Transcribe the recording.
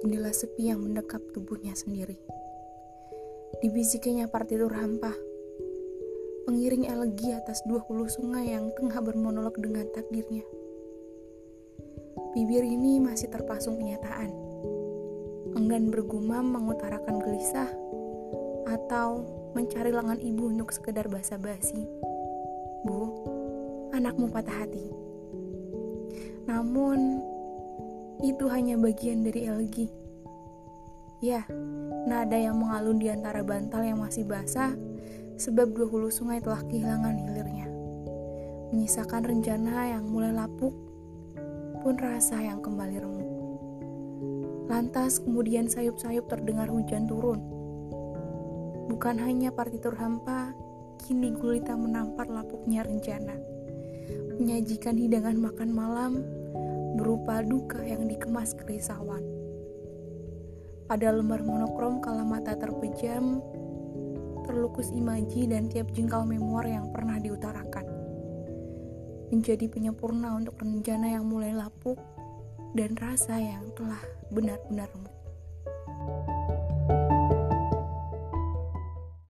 jendela sepi yang mendekap tubuhnya sendiri. Dibisikinya partitur hampa, pengiring elegi atas dua hulu sungai yang tengah bermonolog dengan takdirnya. Bibir ini masih terpasung kenyataan, enggan bergumam mengutarakan gelisah, atau mencari lengan ibu untuk sekedar basa-basi. Bu, anakmu patah hati. Namun, itu hanya bagian dari elegi. Ya, nada yang mengalun di antara bantal yang masih basah, sebab dua hulu sungai telah kehilangan hilirnya, menyisakan rencana yang mulai lapuk, pun rasa yang kembali remuk. Lantas kemudian sayup-sayup terdengar hujan turun. Bukan hanya partitur hampa, kini gulita menampar lapuknya rencana, menyajikan hidangan makan malam berupa duka yang dikemas kerisauan. Pada lembar monokrom kala mata terpejam, terlukis imaji dan tiap jengkal memor yang pernah diutarakan, menjadi penyempurna untuk rencana yang mulai lapuk dan rasa yang telah benar-benar remuk.